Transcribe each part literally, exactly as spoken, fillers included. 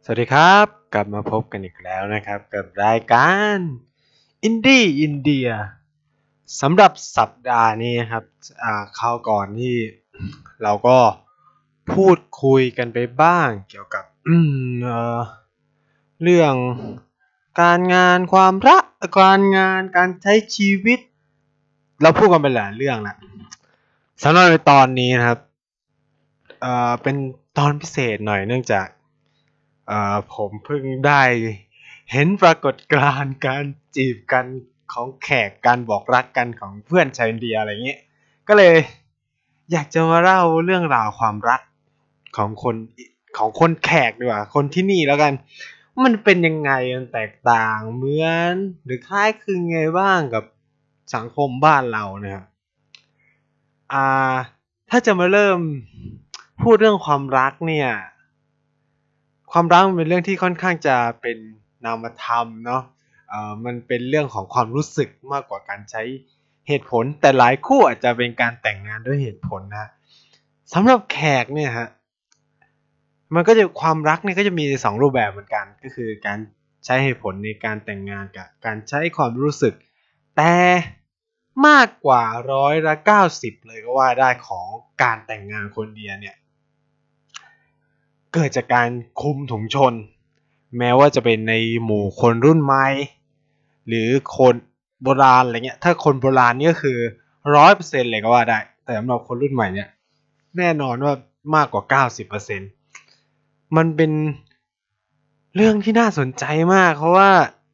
สวัสดีครับกลับมาพบกันอีกแล้วนะครับกับรายการอินดี้อินเดียสำหรับสัปดาห์นี้ครับอ่าคราวก่อนที่เราก็พูดคุยกันไปบ้างเกี่ยวกับอืมเอ่อเรื่องการงานความรักการงานการใช้ชีวิตเราพูดกันไปหลายเรื่องแล้วสำหรับในตอนนี้นะครับเอ่อเป็นตอนพิเศษหน่อยเนื่องจาก เอ่อผมเพิ่งได้เห็นปรากฏการณ์การจีบกันของแขกการบอกรักกันของเพื่อนชาวอินเดียอะไรเงี้ยก็เลยอยากจะมาเล่าเรื่องราวความรักของคนของคนแขกดีกว่าคนที่นี่แล้วกันมันเป็นยังไงมันแตกต่างเหมือนหรือคล้ายคลึงไงบ้างกับสังคมบ้านเราเนี่ยอ่าถ้าจะมาเริ่มพูดเรื่องความรักเนี่ย ความรักมันเป็นเรื่องที่ค่อนข้างจะเป็นนามธรรมเนาะเอ่อมันเป็นเรื่องของความรู้สึกมากกว่าการใช้เหตุผลแต่หลายคู่อาจจะเป็นการแต่งงานด้วยเหตุผลนะสำหรับแขกเนี่ยฮะมันก็จะความรักเนี่ยก็จะมีสองรูปแบบเหมือนกันก็คือการใช้เหตุผลในการแต่งงานกับการใช้ความรู้สึกแต่มากกว่าร้อยละเก้าสิบเลยก็ว่าได้ของการแต่งงานคนเดียวเนี่ย เกิดจากการคุมถุงชนแม้ว่าจะเป็นในหมู่คนรุ่นใหม่หรือคนโบราณอะไรเงี้ยถ้าคนโบราณนี่ก็คือร้อยเปอร์เซ็นต์เลยก็ว่าได้แต่สำหรับคนรุ่นใหม่เนี่ยแน่นอนว่ามากกว่าเก้าสิบเปอร์เซ็นต์มันเป็นเรื่องที่น่าสนใจมากเพราะว่า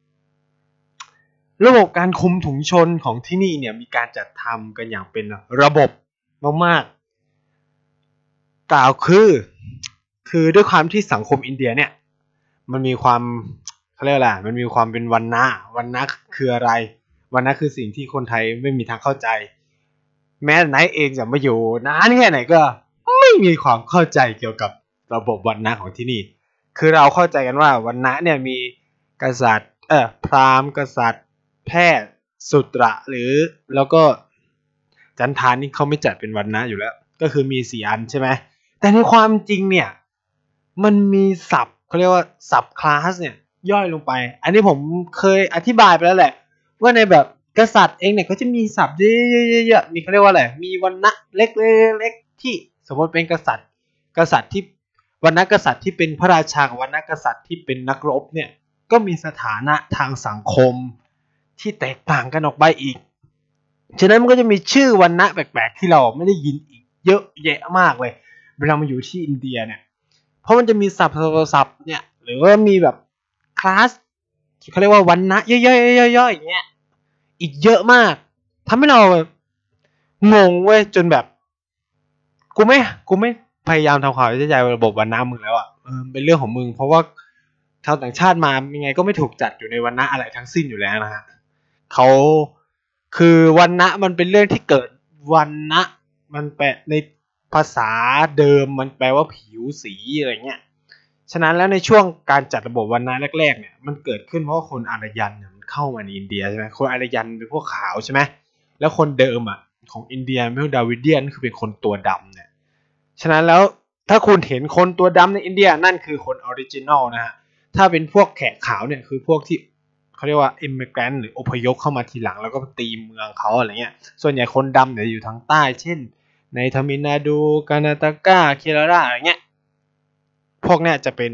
ระบบการคุมถุงชนของที่นี่เนี่ยมีการจัดทำกันอย่างเป็นระบบมากๆกล่าวคือคือด้วยความที่สังคมอินเดียเนี่ย มันมีความเขาเรียกอะไรมันมีความเป็นวรรณะวรรณะคืออะไรวรรณะคือสิ่งที่คนไทยไม่มีทางเข้าใจแม้ไหนเองจะมาอยู่นานแค่ไหนก็ไม่มีความเข้าใจเกี่ยวกับระบบวรรณะของที่นี่คือเราเข้าใจกันว่าวรรณะเนี่ยมีกษัตริย์เออพราหมณ์กษัตริย์แพทย์สุตระหรือแล้วก็จันทานี่เขาไม่จัดเป็นวรรณะอยู่แล้วก็คือมีสี่อันใช่ไหมแต่ในความจริงเนี่ยมันมีศัพท์เขาเรียกว่าศัพท์คลาสเนี่ยย่อยลงไปอันนี้ผมเคยอธิบายไปแล้วแหละว่าในแบบกษัตริย์เองเนี่ยก็จะมีศัพท์เยอะๆๆมีเขาเรียกว่าอะไรมีวรรณะเล็กๆที่สมมติเป็นกษัตริย์กษัตริย์ที่วรรณะกษัตริย์ที่เป็นพระราชากับวรรณะกษัตริย์ที่เป็นนักรบเนี่ยก็มีสถานะทางสังคมที่แตกต่างกันออกไปอีกฉะนั้นมันก็จะมีชื่อวรรณะแปลกๆที่เราไม่ได้ยินอีกเยอะแยะมากเลยเวลามาอยู่ที่อินเดียเนี่ยเพราะมันจะมีศัพท์ศัพท์เนี่ยหรือว่ามีแบบคลาสเขาเรียกว่าวรรณะย่อยๆๆๆอย่างเงี้ยอีกเยอะมากทำให้เรางงเว้ยจนแบบกูไม่กูไม่พยายามทำความเข้าใจระบบวรรณะมึงแล้วอ่ะเออเป็นเรื่องของมึงเพราะว่าชาวต่างชาติมายังไงก็ไม่ถูกจัดอยู่ในวรรณะอะไรทั้งสิ้นอยู่แล้วนะฮะเขาคือวรรณะมันเป็นเรื่องที่เกิดวรรณะมันแปลในภาษาเดิมมันแปลว่าผิวสีอะไรเงี้ย ฉะนั้นแล้วในช่วงการจัดระบบวรรณะแรกๆเนี่ยมันเกิดขึ้นเพราะว่าคนอารยันเนี่ยมันเข้ามาในอินเดียใช่ไหมคนอารยันเป็นพวกขาวใช่ไหมแล้วคนเดิมอ่ะของอินเดียเป็นพวกดาวิเดียนคือเป็นคนตัวดำเนี่ยฉะนั้นแล้วถ้าคุณเห็นคนตัวดำในอินเดียนั่นคือคนออริจินอลนะฮะถ้าเป็นพวกแขกขาวเนี่ยคือพวกที่เขาเรียกว่าอิมเมกรนหรืออพยพเข้ามาทีหลังแล้วก็ตีเมืองเขาอะไรเงี้ยส่วนใหญ่คนดำเนี่ยอยู่ทางใต้เช่นในทมิลนาดูกานาตากาเคราราอะไรเงี้ยพวกเนี้ยจะเป็น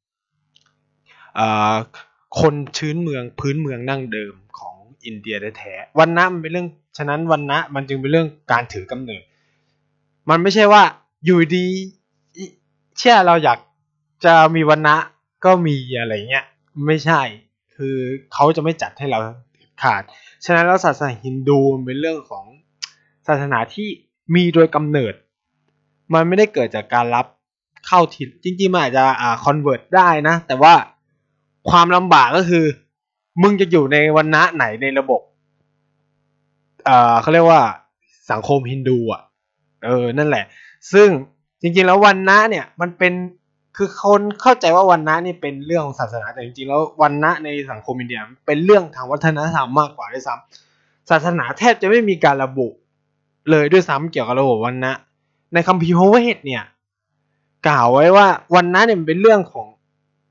คนชื้นเมืองพื้นเมืองนั่งเดิมของอินเดียแท้ๆวันนะมันเป็นเรื่องฉะนั้นวันนะมันจึงเป็นเรื่องการถือกำเนิดมันไม่ใช่ว่าอยู่ดีเชื่อเราอยากจะมีวันนะก็มีอะไรเงี้ยไม่ใช่คือเขาจะไม่จัดให้เราขาดฉะนั้นแล้วศาสนาฮินดูมันเป็นเรื่องของศาสนาที่มีโดยกำเนิดมันไม่ได้เกิดจากการรับเข้าทีจริงๆมันอาจจะอ่าคอนเวิร์ตได้นะแต่ว่าความลำบากก็คือมึงจะอยู่ในวรรณะไหนในระบบเอ่อเขาเรียกว่าสังคมฮินดูอ่ะเออนั่นแหละซึ่งจริงๆแล้ววรรณะเนี่ยมันเป็นคือคนเข้าใจว่าวรรณะนี่เป็นเรื่องของศาสนาแต่จริงๆแล้ววรรณะในสังคมอินเดียเป็นเรื่องทางวัฒนธรรมมากกว่าด้วยซ้ำศาสนาแทบจะไม่มีการระบุเลยด้วยซ้ำเกี่ยวกับระบบวรรณะในคัมภีร์พระเวทเนี่ยกล่าวไว้ว่าวรรณะเนี่ยมันเป็นเรื่องของ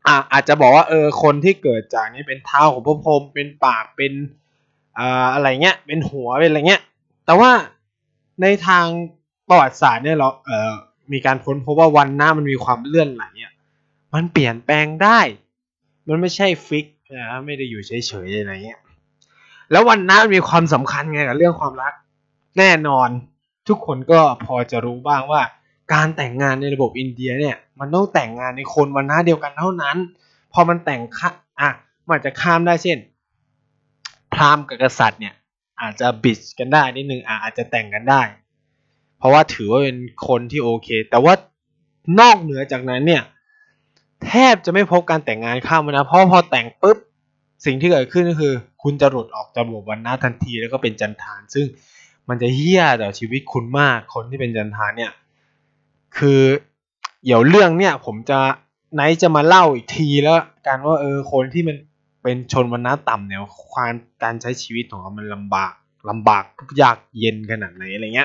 อ่ะอาจจะบอกว่าเออคนที่เกิดจากนี้เป็นเท้าของพระพรหมเป็นปากเป็นอ่าอะไรเงี้ยเป็นหัวเป็นอะไรเงี้ยแต่ว่าในทางประวัติศาสตร์เนี่ยเราเอ่อมีการค้นพบว่าวันหน้ามันมีความเลื่อนไหลอ่ะมันเปลี่ยนแปลงได้มันไม่ใช่ฟิกนะไม่ได้อยู่เฉยๆอะไรเงี้ยแล้ววันหน้ามันมีความสำคัญไงกับเรื่องความรักแน่นอนทุกคนก็พอจะรู้บ้างว่าการแต่งงานในระบบอินเดียเนี่ยมันต้องแต่งงานในคนวันหน้าเดียวกันเท่านั้นพอมันแต่งค่าอ่ะมันอาจจะข้ามได้เช่นพราหมณ์กับกษัตริย์เนี่ยอาจจะบิดกันได้นิดนึงอ่ะอาจจะแต่งกันได้เพราะว่าถือว่าเป็นคนที่โอเคแต่ว่านอกเหนือจากนั้นเนี่ยแทบจะไม่พบการแต่งงานข้ามวันนะเพราะพอแต่งปุ๊บสิ่งที่เกิดขึ้นก็คือคุณจะหลุดออกจากระบบวันนะทันทีแล้วก็เป็นจันทานซึ่งมันจะเหี้ยต่อชีวิตคุณมากคนที่เป็นจันทานเนี่ยคือเดี๋ยวเรื่องเนี่ยผมจะไนท์จะมาเล่าอีกทีแล้วกันว่าเออคนที่มันเป็นชนวรรณะต่ำเนี่ยความการใช้ชีวิตของเขามันลำบากลำบากทุกยากเย็นขนาดไหนอะไรเงี้ย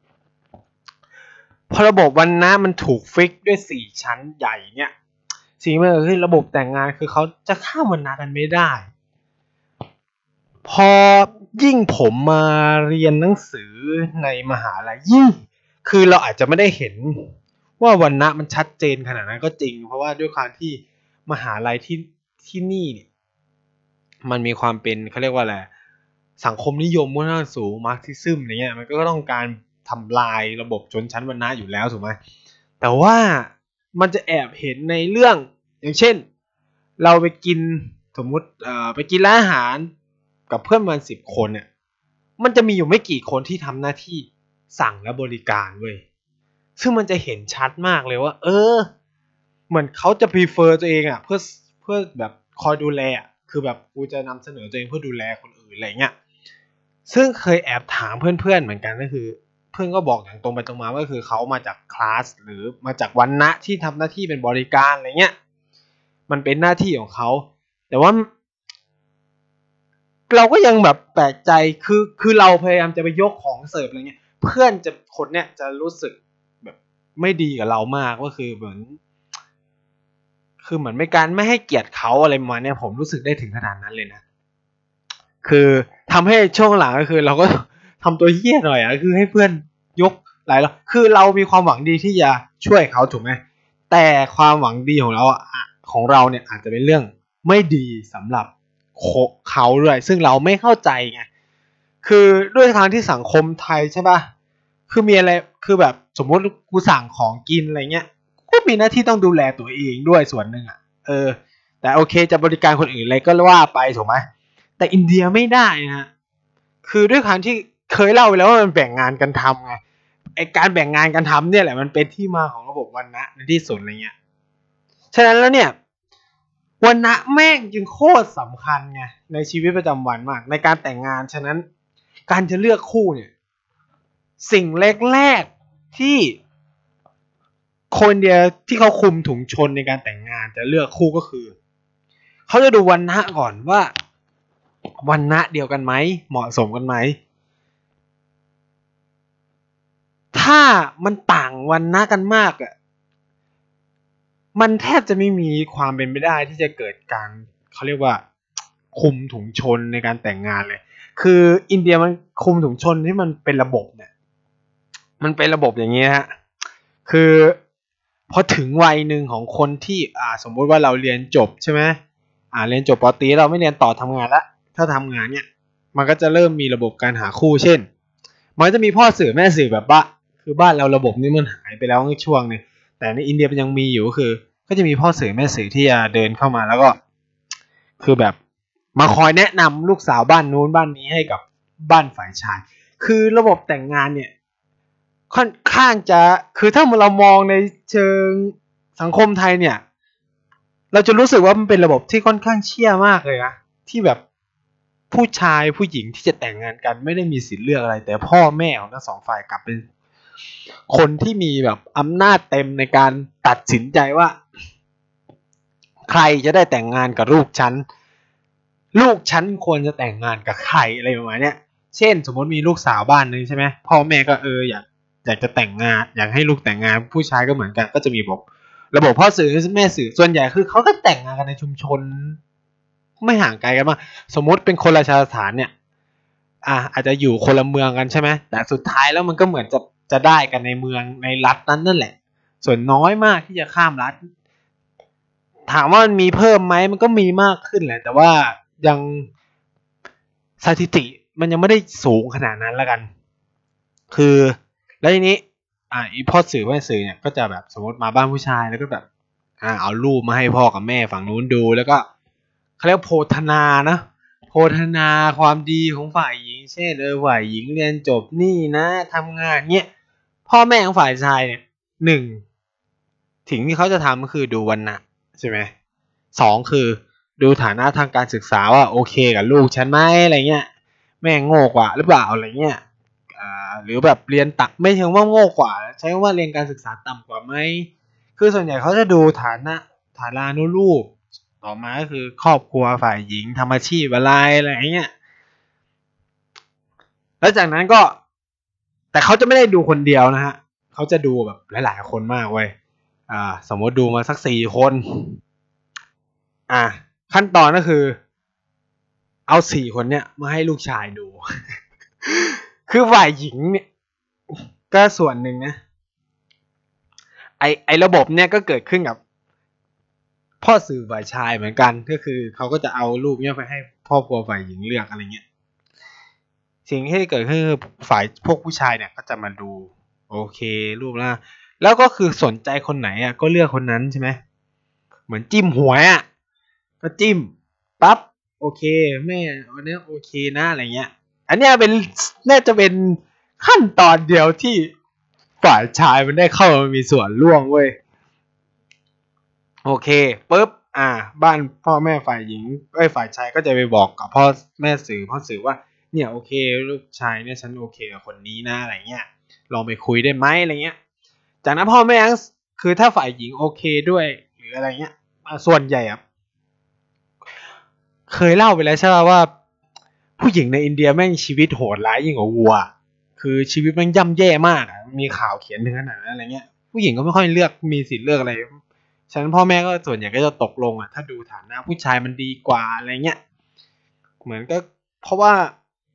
พอระบบวรรณะมันถูกฟิกด้วยสี่ชั้นใหญ่เนี่ยสิ่งที่เกิดขึ้นระบบแต่งงานคือเขาจะข้ามวรรณะกันไม่ได้พอยิ่งผมมาเรียนหนังสือในมหาลัยยิ่งคือเราอาจจะไม่ได้เห็นว่าวรรณะมันชัดเจนขนาดนั้นก็จริงเพราะว่าด้วยความที่มหาลัยที่ที่นี่เนี่ยมันมีความเป็นเขาเรียกว่าอะไรสังคมนิยมค่อนข้างสูงมาร์กซิซึมอะไรเงี้ยมันก็ต้องการทำลายระบบชนชั้นวรรณะอยู่แล้วถูกไหมแต่ว่ามันจะแอบเห็นในเรื่องอย่างเช่นเราไปกินสมมุติเอ่อไปกินร้านอาหารกับเพื่อนประมาณสิบคนเนี่ยมันจะมีอยู่ไม่กี่คนที่ทำหน้าที่สั่งและบริการเว้ยซึ่งมันจะเห็นชัดมากเลยว่าเออเหมือนเขาจะ prefer ตัวเองอ่ะเพื่อเพื่อแบบคอยดูแลอ่ะคือแบบกูจะนำเสนอตัวเองเพื่อดูแลคนอื่นอะไรเงี้ยซึ่งเคยแอบถามเพื่อนๆเหมือนกันก็คือเพื่อนก็บอกอย่างตรงไปตรงมาว่าคือเขามาจากคลาสหรือมาจากวรรณะที่ทำหน้าที่เป็นบริการอะไรเงี้ยมันเป็นหน้าที่ของเขาแต่ว่าเราก็ยังแบบแปลกใจคือคือเราพยายามจะไปยกของเสิร์ฟอะไรเงี้ยเพื่อนจะคนเนี้ยจะรู้สึกแบบไม่ดีกับเรามากก็คือเหมือนคือเหมือนไม่การไม่ให้เกียรติเขาอะไรมาเนี่ยผมรู้สึกได้ถึงขนาดนั้นเลยนะคือทำให้ช่วงหลังก็คือเราก็ทำตัวเหี้ยหน่อยอ่ะคือให้เพื่อนยกหลายรอบคือเรามีความหวังดีที่จะช่วยเขาถูกไหมแต่ความหวังดีของเราอ่ะของเราเนี่ยอาจจะเป็นเรื่องไม่ดีสำหรับเขาด้วยซึ่งเราไม่เข้าใจไงคือด้วยทางที่สังคมไทยใช่ป่ะคือมีอะไรคือแบบสมมติกูสั่งของกินอะไรเงี้ยก็มีหน้าที่ต้องดูแลตัวเองด้วยส่วนหนึ่งอ่ะเออแต่โอเคจะบริการคนอื่นอะไรก็ว่าไปถูกไหมแต่อินเดียไม่ได้นะฮะคือด้วยความที่เคยเล่าไปแล้วว่ามันแบ่งงานกันทำไงไอการแบ่งงานกันทำเนี่ยแหละมันเป็นที่มาของระบบวรรณะในที่สุดอะไรเงี้ยฉะนั้นแล้วเนี่ยวรรณะแม่งจึงโคตรสำคัญไงในชีวิตประจำวันมากในการแต่งงานฉะนั้นการจะเลือกคู่เนี่ยสิ่งแรกๆที่คนเดียวที่เขาคุมถุงชนในการแต่งงานจะเลือกคู่ก็คือเขาจะดูวรรณะก่อนว่าวรรณะเดียวกันไหมเหมาะสมกันไหมถ้ามันต่างวรรณะกันมากอ่ะมันแทบจะไม่มีความเป็นไปได้ที่จะเกิดการเขาเรียกว่าคุมถุงชนในการแต่งงานเลยคืออินเดียมันคุมถุงชนที่มันเป็นระบบเนี่ยมันเป็นระบบอย่างนี้ฮะคือพอถึงวัยหนึ่งของคนที่อ่าสมมุติว่าเราเรียนจบใช่ไหมอ่าเรียนจบปตรีเราไม่เรียนต่อทำงานละถ้าทำงานเนี่ยมันก็จะเริ่มมีระบบการหาคู่เช่นมันจะมีพ่อสื่อแม่สื่อแบบว่าคือบ้านเราระบบนี้มันหายไปแล้วในช่วงนึงแต่ในอินเดียมันยังมีอยู่ก็คือก็จะมีพ่อสื่อแม่สื่อที่จะเดินเข้ามาแล้วก็คือแบบมาคอยแนะนำลูกสาวบ้านนู้นบ้านนี้ให้กับบ้านฝ่ายชายคือระบบแต่งงานเนี่ยค่อนข้างจะคือถ้าเรามองในเชิงสังคมไทยเนี่ยเราจะรู้สึกว่ามันเป็นระบบที่ค่อนข้างเชี่ยมากเลยนะที่แบบผู้ชายผู้หญิงที่จะแต่งงานกันไม่ได้มีสิทธิ์เลือกอะไรแต่พ่อแม่ของทั้งสองฝ่ายกลับเป็นคนที่มีแบบอำนาจเต็มในการตัดสินใจว่าใครจะได้แต่งงานกับลูกฉันลูกฉันควรจะแต่งงานกับใครอะไรประมาณเนี้ยเช่นสมมติมีลูกสาวบ้านนึงใช่ไหมพ่อแม่ก็เอออยากอยากจะแต่งงานอยากให้ลูกแต่งงานผู้ชายก็เหมือนกันก็จะมีบอกระบบพ่อสื่อแม่สื่อส่วนใหญ่คือเขาก็แต่งงานกันในชุมชนไม่ห่างไกลกันมากสมมติเป็นคนราชาสถานเนี่ยอ่ะอาจจะอยู่คนละเมืองกันใช่ไหมแต่สุดท้ายแล้วมันก็เหมือนจะจะได้กันในเมืองในรัฐนั้นนั่นแหละส่วนน้อยมากที่จะข้ามรัฐถามว่ามันมีเพิ่มไหมมันก็มีมากขึ้นแหละแต่ว่ายังสถิติมันยังไม่ได้สูงขนาดนั้นแล้วกันคือแล้วทีนี้อ่าอีพ่อสื่อแม่สื่อเนี่ยก็จะแบบสมมติมาบ้านผู้ชายแล้วก็แบบอ่าเอารูปมาให้พ่อกับแม่ฝั่งนู้นดูแล้วก็เขาเรียกโพธนานะโพธนาความดีของฝ่ายหญิงเช่นเออฝ่ายหญิงเรียนจบนี่นะทำงานเนี้ยพ่อแม่ของฝ่ายชายเนี่ยหนึ่งสิ่งที่เขาจะทำก็คือดูวรรณะใช่ไหมสองคือดูฐานะทางการศึกษาว่าโอเคกับลูกฉันไหมอะไรเงี้ยแม่โง่กว่าหรือเปล่าอะไรเงี้ยอ่าหรือแบบเรียนต่ำไม่ใช่ว่าโง่กว่าใช้ว่าเรียนการศึกษาต่ำกว่าไหมคือส่วนใหญ่เขาจะดูฐานะฐานานุรูปต่อมาก็คือครอบครัวฝ่ายหญิงทำอาชีพอะไรอะไรเงี้ยแล้วจากนั้นก็แต่เขาจะไม่ได้ดูคนเดียวนะฮะเขาจะดูแบบหลายๆคนมากเว้ยอ่าสมมติดูมาสักสี่คนอ่ะขั้นตอนก็คือเอาสี่คนเนี้ยมาให้ลูกชายดู คือฝ่ายหญิงเนี่ยก็ส่วนหนึ่งนะไอไอระบบเนี่ยก็เกิดขึ้นกับพ่อสื่อฝ่ายชายเหมือนกันก็คือเขาก็จะเอารูปเนี้ยไปให้ครอบครัวฝ่ายหญิงเลือกอะไรเงี้ยสิ่งที่เกิดขึ้นคือฝ่ายพวกผู้ชายเนี่ยก็จะมาดูโอเครูปแล้วแล้วก็คือสนใจคนไหนอ่ะก็เลือกคนนั้นใช่ไหมเหมือนจิ้มหวยอ่ะก็จิ้มปั๊บโอเคแม่วันนี้โอเคนะอะไรเงี้ยอันเนี้ยเป็นน่าจะเป็นขั้นตอนเดียวที่ฝ่ายชายมันได้เข้ามามีส่วนร่วมเว้ยโอเคปุ๊บอ่าบ้านพ่อแม่ฝ่ายหญิงไอ้ฝ่ายชายก็จะไปบอกกับพ่อแม่สื่อพ่อสื่อว่าเนี่ยโอเคลูกชายเนี่ยฉันโอเคกับคนนี้นะอะไรเงี้ยลองไปคุยได้ไหมอะไรเงี้ยจากนั้นพ่อแม่คือถ้าฝ่ายหญิงโอเคด้วยหรืออะไรเงี้ยส่วนใหญ่อะเคยเล่าไปแล้วใช่ไหมว่าผู้หญิงในอินเดียแม่งชีวิตโหดร้ายยิ่งกว่าวัวคือชีวิตแม่งย่ำแย่มากมีข่าวเขียนถึงขนาดนั้นอะไรเงี้ยผู้หญิงก็ไม่ค่อยเลือกมีสิทธิ์เลือกอะไรฉะนั้นพ่อแม่ก็ส่วนใหญ่ก็จะตกลงอ่ะถ้าดูฐานะผู้ชายมันดีกว่าอะไรเงี้ยเหมือนก็เพราะว่า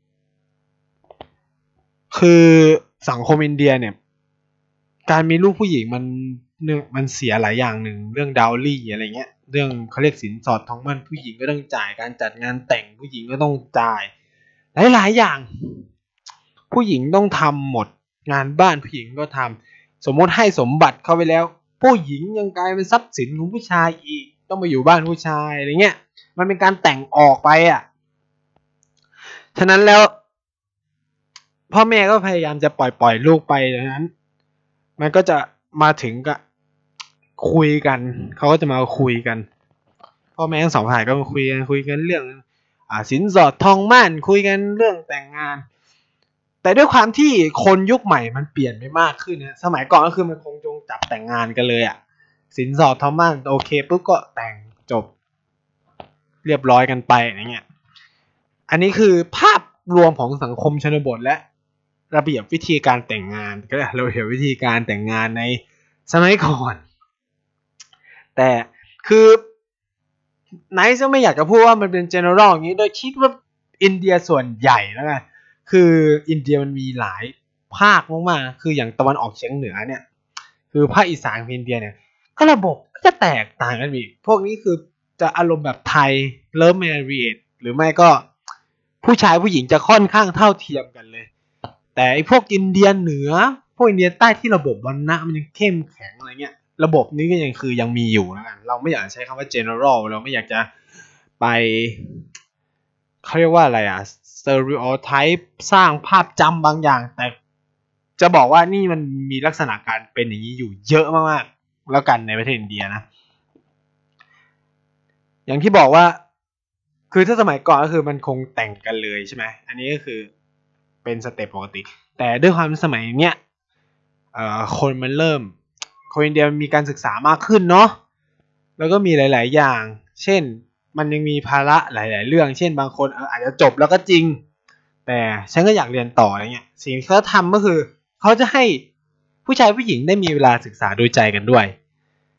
คือสังคมอินเดียเนี่ยการมีลูกผู้หญิงมันเนื่องมันเสียหลายอย่างหนึ่งเรื่องดาวรี่อะไรเงี้ยเรื่องเขาเรียกสินสอดทองมั่นผู้หญิงก็ต้องจ่ายการจัดงานแต่งผู้หญิงก็ต้องจ่ายหลายๆอย่างผู้หญิงต้องทำหมดงานบ้านผู้หญิงก็ทำสมมติให้สมบัติเข้าไปแล้วผู้หญิงยังกลายเป็นทรัพย์สินของผู้ชายอีกต้องมาอยู่บ้านผู้ชายอะไรเงี้ยมันเป็นการแต่งออกไปอ่ะฉะนั้นแล้วพ่อแม่ก็พยายามจะปล่อยปล่อยลูกไปดังนั้นมันก็จะมาถึงกับคุยกันเขาก็จะมาคุยกันพ่อแม่ทั้งสองฝ่ายก็มาคุยกันคุยกันเรื่องอ่าสินสอดทองมั่นคุยกันเรื่องแต่งงานแต่ด้วยความที่คนยุคใหม่มันเปลี่ยนไปมากขึ้นนะสมัยก่อนก็คือมันคงจงจับแต่งงานกันเลยอ่ะสินสอดทองมั่นโอเคปุ๊บก็แต่งจบเรียบร้อยกันไปอย่างเงี้ยอันนี้คือภาพรวมของสังคมชนบทและระเบียบวิธีการแต่งงานก็ระเบียบวิธีการแต่งงานในสมัยก่อนแต่คือไนท์ก็ไม่อยากจะพูดว่ามันเป็น general อย่างนี้โดยคิดว่าอินเดียส่วนใหญ่แล้วกันคืออินเดียมันมีหลายภาคมากๆคืออย่างตะวันออกเฉียงเหนือเนี่ยคือภาคอีสานของอินเดียเนี่ยก็ระบบก็จะแตกต่างกันอีกพวกนี้คือจะอารมณ์แบบไทยเลิฟแมรีดหรือไม่ก็ผู้ชายผู้หญิงจะค่อนข้างเท่าเทียมกันเลยแต่ไอ้พวกอินเดียเหนือพวกอินเดียใต้ที่ระบบวรรณะมันยังเข้มแข็งอะไรเงี้ยระบบนี้ก็ยังคือยังมีอยู่นะกันเราไม่อยากใช้คำว่า general เราไม่อยากจะไปเขาเรียกว่าอะไรอ่ะ stereotype สร้างภาพจำบางอย่างแต่จะบอกว่านี่มันมีลักษณะการเป็นอย่างนี้อยู่เยอะมากๆแล้วกันในประเทศอินเดียนะอย่างที่บอกว่าคือถ้าสมัยก่อนก็คือมันคงแต่งกันเลยใช่ไหมอันนี้ก็คือเป็นสเต็ปปกติแต่ด้วยความสมัยเนี้ยเอ่อคนมันเริ่มคนอินเดียมีการศึกษามากขึ้นเนาะแล้วก็มีหลายๆอย่างเช่นมันยังมีภาระหลายๆเรื่องเช่นบางคนอาจจะจบแล้วก็จริงแต่ฉันก็อยากเรียนต่ออะไรเงี้ยสิ่งที่เขาทำก็คือเขาจะให้ผู้ชายผู้หญิงได้มีเวลาศึกษาดูใจกันด้วย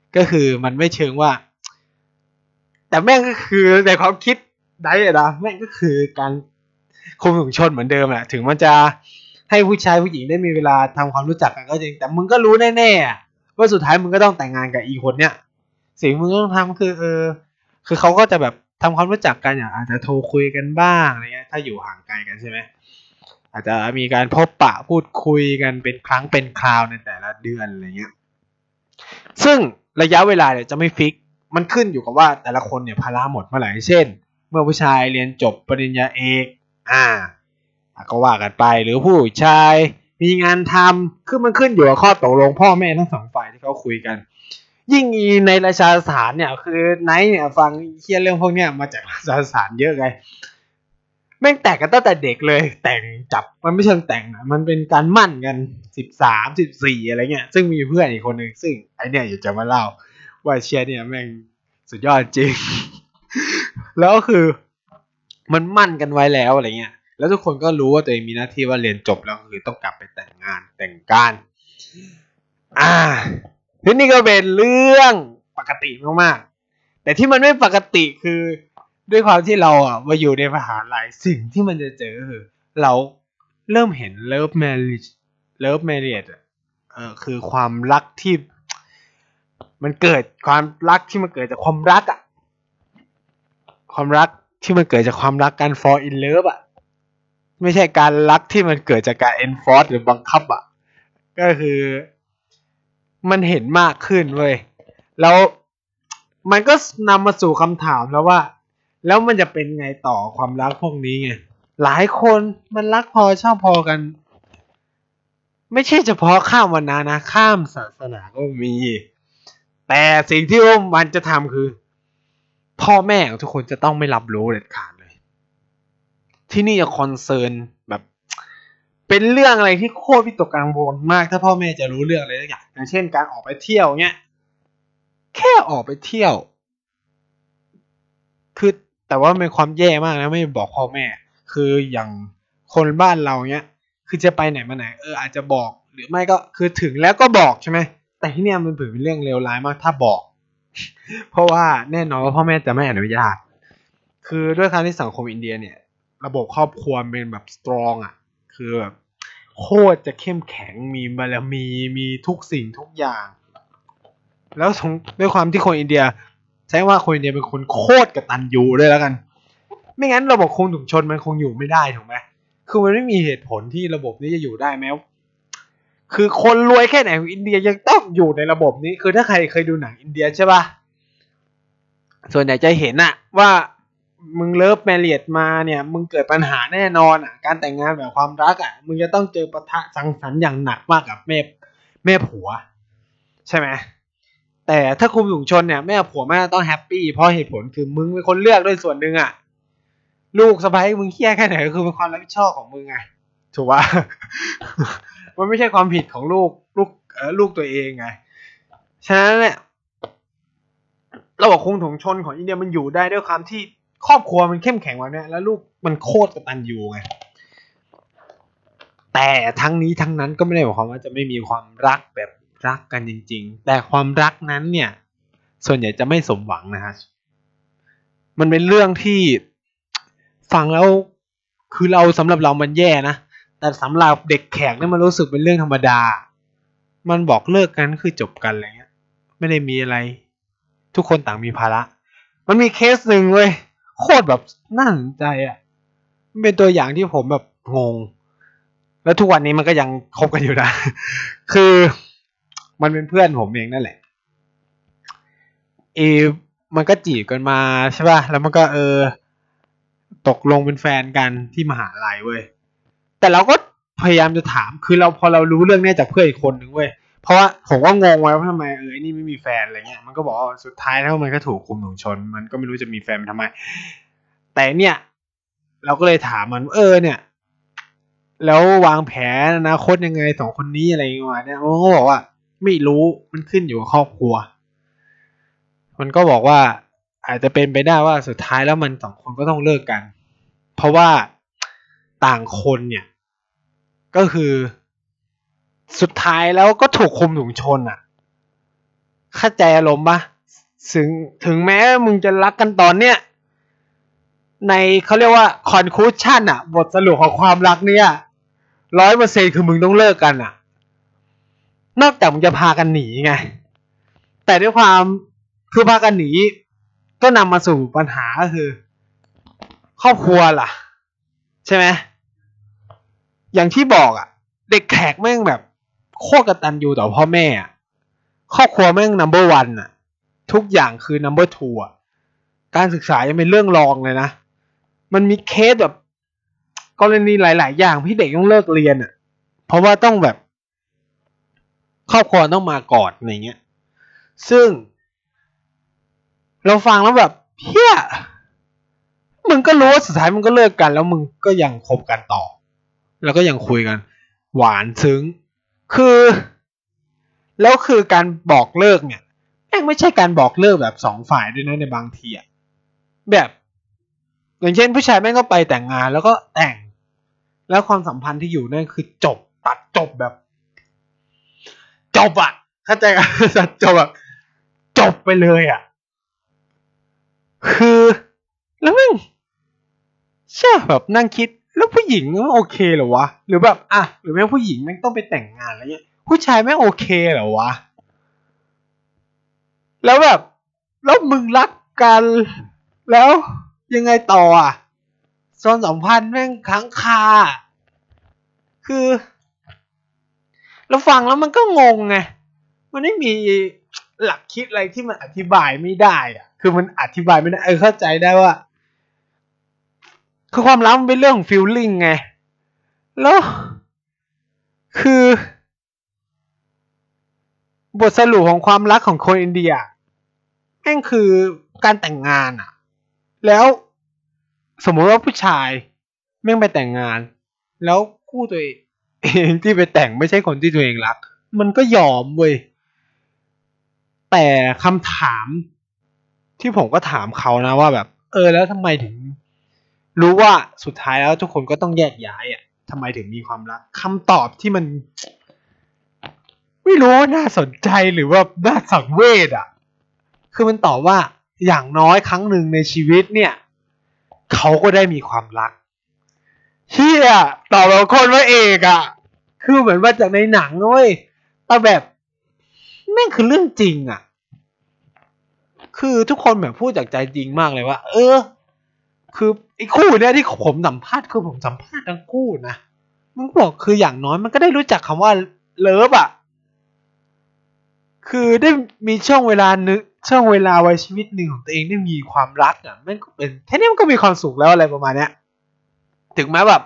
ก็คือมันไม่เชิงว่าแต่แม่งก็คือในความคิดได้นะแม่งก็คือการคุมถุงชนเหมือนเดิมแหละถึงมันจะให้ผู้ชายผู้หญิงได้มีเวลาทำความรู้จักกันก็จริงแต่มึงก็รู้แน่ๆว่าสุดท้ายมึงก็ต้องแต่งงานกับอีคนเนี้ยสิ่งมึงต้องทำคือเออคือเขาก็จะแบบทำความรู้จักกันอย่างอาจจะโทรคุยกันบ้างอะไรเงี้ยถ้าอยู่ห่างไกลกันใช่ไหมอาจจะมีการพบปะพูดคุยกันเป็นครั้งเป็นคราวในแต่ละเดือนอะไรเงี้ยซึ่งระยะเวลาเนี่ยจะไม่ฟิกมันขึ้นอยู่กับว่าแต่ละคนเนี่ยภาระหมดเมื่อไหร่เช่นเมื่อผู้ชายเรียนจบปริญญาเอกอ่าก็ว่ากันไปหรือผู้ชายมีงานทำคือมันขึ้นอยู่กับข้อตกลงพ่อแม่ทั้งสองฝ่ายที่เขาคุยกันยิ่งในราชาสถานเนี่ยคือไนท์เนี่ยฟังเคียนเรื่องพวกเนี้ยมาจากราชาสถานเยอะไงแม่งแต่งกันตั้งแต่เด็กเลยแต่งจับมันไม่เชิงแต่งนะมันเป็นการมั่นกันสิบสามสิบสี่อะไรเงี้ยซึ่งมีเพื่อนอีกคนนึงซึ่งไอเนี่ยอยากจะมาเล่าว่าเชียร์เนี่ยแม่งสุดยอดจริงแล้วก็คือมันมั่นกันไว้แล้วอะไรเงี้ยแล้วทุกคนก็รู้ว่าตัวเองมีหน้าที่ว่าเรียนจบแล้วคือต้องกลับไปแต่งงานแต่งการอ่าทีนี้ก็เป็นเรื่องปกติมากๆแต่ที่มันไม่ปกติคือด้วยความที่เราอ่ะมาอยู่ในมหาลัยสิ่งที่มันจะเจอคือเราเริ่มเห็น love marriage love marriage อ่ะเออคือความรักที่มันเกิดความรักที่มันเกิดจากความรักอ่ะความรักที่มันเกิดจากความรักการ fall in love อ่ะไม่ใช่การรักที่มันเกิดจากการ enforce หรือบังคับอ่ะก็คือมันเห็นมากขึ้นเว้ยแล้วมันก็นำมาสู่คำถามแล้วว่าแล้วมันจะเป็นไงต่อความรักพวกนี้ไงหลายคนมันรักพอชอบพอกันไม่ใช่เฉพาะข้ามวรรณะนะข้ามศาสนาก็มีแต่สิ่งที่มันจะทำคือพ่อแม่ของทุกคนจะต้องไม่รับรู้เด็ดขาดเลยที่นี่จะคอนเซิร์นแบบเป็นเรื่องอะไรที่โคตรวิตกกังวลมากถ้าพ่อแม่จะรู้เรื่องอะไรสักอย่างอย่างเช่นการออกไปเที่ยวเงี้ยแค่ออกไปเที่ยวคือแต่ว่าเป็นความแย่มากนะไม่บอกพ่อแม่คืออย่างคนบ้านเราเนี้ยคือจะไปไหนมาไหนเอออาจจะบอกหรือไม่ก็คือถึงแล้วก็บอกใช่ไหมแต่ที่เนี่ยมันถือเป็นเรื่องเลวร้ายมากถ้าบอกเพราะว่าแน่นอนว่าพ่อแม่จะไม่อนุญาตคือด้วยการที่สังคมอินเดียเนี่ยระบบครอบครัวเป็นแบบสตรองอ่ะคือแบบโคตรจะเข้มแข็งมีบารมีมีทุกสิ่งทุกอย่างแล้วด้วยความที่คนอินเดียใช้ว่าคนอินเดียเป็นคนโคตรกตัญญูด้วยแล้วกันไม่งั้นระบบคงถุงชนมันคงอยู่ไม่ได้ถูกไหมคือมันไม่มีเหตุผลที่ระบบนี้จะอยู่ได้แม้คือคนรวยแค่ไหนของอินเดียยังต้องอยู่ในระบบนี้คือถ้าใครเคยดูหนังอินเดียใช่ป่ะส่วนใหญ่จะเห็นอะว่ามึงเลิฟแมรี่มาเนี่ยมึงเกิดปัญหาแน่นอนอะการแต่งงานแบบความรักอะมึงจะต้องเจอปะทะสังสรรค์อย่างหนักมากกับแม่แม่ผัวใช่ไหมแต่ถ้าคุมถุงชนเนี่ยแม่ผัวแม่ต้องแฮปปี้เพราะเหตุผลคือมึงเป็นคนเลือกด้วยส่วนหนึ่งอะลูกสะใภ้มึงเคี้ยแค่ไหนก็คือเป็นความรับผิดชอบของมึงไงถูกป่ะ มันไม่ใช่ความผิดของลูกลูกเออลูกตัวเองไงฉะนั้นเนี่ยระบบคุมถุงชนของอินเดียมันอยู่ได้ด้วยความที่ครอบครัวมันเข้มแข็งแบบนี้แล้วลูกมันโคตรกตัญญูไงแต่ทั้งนี้ทั้งนั้นก็ไม่ได้หมายความว่าจะไม่มีความรักแบบรักกันจริงๆแต่ความรักนั้นเนี่ยส่วนใหญ่จะไม่สมหวังนะฮะมันเป็นเรื่องที่ฟังแล้วคือเราสำหรับเรามันแย่นะแต่สำหรับเด็กแขกเนี่ยมันรู้สึกเป็นเรื่องธรรมดามันบอกเลิกกันคือจบกันอะไรเงี้ยไม่ได้มีอะไรทุกคนต่างมีภาระมันมีเคสหนึ่งเว้ยโคตรแบบน่าสนใจอ่ะมันเป็นตัวอย่างที่ผมแบบงงแล้วทุกวันนี้มันก็ยังคบกันอยู่นะคือมันเป็นเพื่อนผมเองนั่นแหละเอมันก็จีบกันมาใช่ป่ะแล้วมันก็เออตกลงเป็นแฟนกันที่มหาลัยเว้ยแต่เราก็พยายามจะถามคือเราพอเรารู้เรื่องนี้จากเพื่อนอีกคนนึงเว้ยเพราะว่าผมก็งงไว้ว่าทำไมเออไอ้นี่ไม่มีแฟนอะไรเงี้ยมันก็บอกว่าสุดท้ายแล้วมันก็ถูกคุมถุงชนมันก็ไม่รู้จะมีแฟนทำไมแต่เนี่ยเราก็เลยถามมันเออเนี่ยแล้ววางแผนอนาคตยังไงสองคนนี้อะไรอย่างเงี้ยเนี่ยมันก็บอกว่าไม่รู้มันขึ้นอยู่กับครอบครัวมันก็บอกว่าอาจจะเป็นไปได้ว่าสุดท้ายแล้วมันสองคนก็ต้องเลิกกันเพราะว่าต่างคนเนี่ยก็คือสุดท้ายแล้วก็ถูกคุมถุงชนอ่ะเข้าใจอารมณ์ปะถึงถึงแม้มึงจะรักกันตอนเนี้ยในเขาเรียกว่า conclusion อะบทสรุปของความรักเนี่ยร้อยเปอร์เซ็นต์คือมึงต้องเลิกกันอะนอกจากมึงจะพากันหนีไงแต่ด้วยความคือพากันหนีก็นำมาสู่ปัญหาก็คือครอบครัวล่ะใช่ไหมอย่างที่บอกอะเด็กแขกแม่งแบบโคตรกตัญญูต่อพ่อแม่อะครอบครัวแม่ง number one อะทุกอย่างคือ number two อะการศึกษายังเป็นเรื่องรองเลยนะมันมีเคสแบบกรณีหลายๆอย่างพี่เด็กต้องเลิกเรียนอะเพราะว่าต้องแบบครอบครัวต้องมาก่อนอะไรเงี้ยซึ่งเราฟังแล้วแบบเฮียมึงก็รู้ว่าสุดท้ายมึงก็เลิกกันแล้วมึงก็ยังคบกันต่อแล้วก็ยังคุยกันหวานซึ้งคือแล้วคือการบอกเลิกเนี่ยแม่งไม่ใช่การบอกเลิกแบบสองฝ่ายด้วยนะในบางทีอะแบบอย่างเช่นผู้ชายแม่งก็ไปแต่งงานแล้วก็แต่งแล้วความสัมพันธ์ที่อยู่นั่นคือจบตัดจบแบบจบอะเข้าใจกันตัดจบแบบจบไปเลยอะคือแล้วแม่งเชื่อแบบนั่งคิดแล้วผู้หญิงมันโอเคเหรอวะหรือแบบอ่ะหรือแม่ผู้หญิงแม่งต้องไปแต่งงานอะไรเงี้ยผู้ชายแม่งโอเคเหรอวะแล้วแบบแล้วมึงรักกันแล้วยังไงต่ออ่ะซ้อนสัมพันธ์แม่งค้างคาคือเราฟังแล้วมันก็งงไงมันไม่มีหลักคิดอะไรที่มันอธิบายไม่ได้อ่ะคือมันอธิบายไม่ได้เออเข้าใจได้ว่าคือความรักมันเป็นเรื่องของฟีลลิ่งไงแล้วคือบทสรุปของความรักของคนอินเดียแม่งคือการแต่งงานอ่ะแล้วสมมติว่าผู้ชายแม่งไปแต่งงานแล้วคู่ตัวเองที่ไปแต่งไม่ใช่คนที่ตัวเองรักมันก็ยอมเว้ยแต่คำถามที่ผมก็ถามเขานะว่าแบบเออแล้วทำไมถึงรู้ว่าสุดท้ายแล้วทุกคนก็ต้องแยกย้ายอ่ะทำไมถึงมีความรักคำตอบที่มันไม่รู้ว่าน่าสนใจหรือว่าน่าสังเวชอ่ะคือมันตอบว่าอย่างน้อยครั้งหนึ่งในชีวิตเนี่ยเขาก็ได้มีความรักเชี่ยตอบแบบคนว่าเอกอ่ะคือเหมือนมาจากในหนังเว้ยแต่แบบแม่งคือเรื่องจริงอ่ะคือทุกคนแบบพูดจากใจจริงมากเลยว่าเออคือไอ้คู่เนี้ยที่ผมสัมภาษณ์คือผมสัมภาษณ์ทั้งคู่นะมันบอกคืออย่างน้อยมันก็ได้รู้จักคำว่าเลิฟอ่ะคือได้มีช่วงเวลานึกช่วงเวลาวัยชีวิตหนึ่งของตัวเองได้มีความรักอ่ะมันก็เป็นแค่นี้มันก็มีความสุขแล้วอะไรประมาณเนี้ยถึงแม้แบบ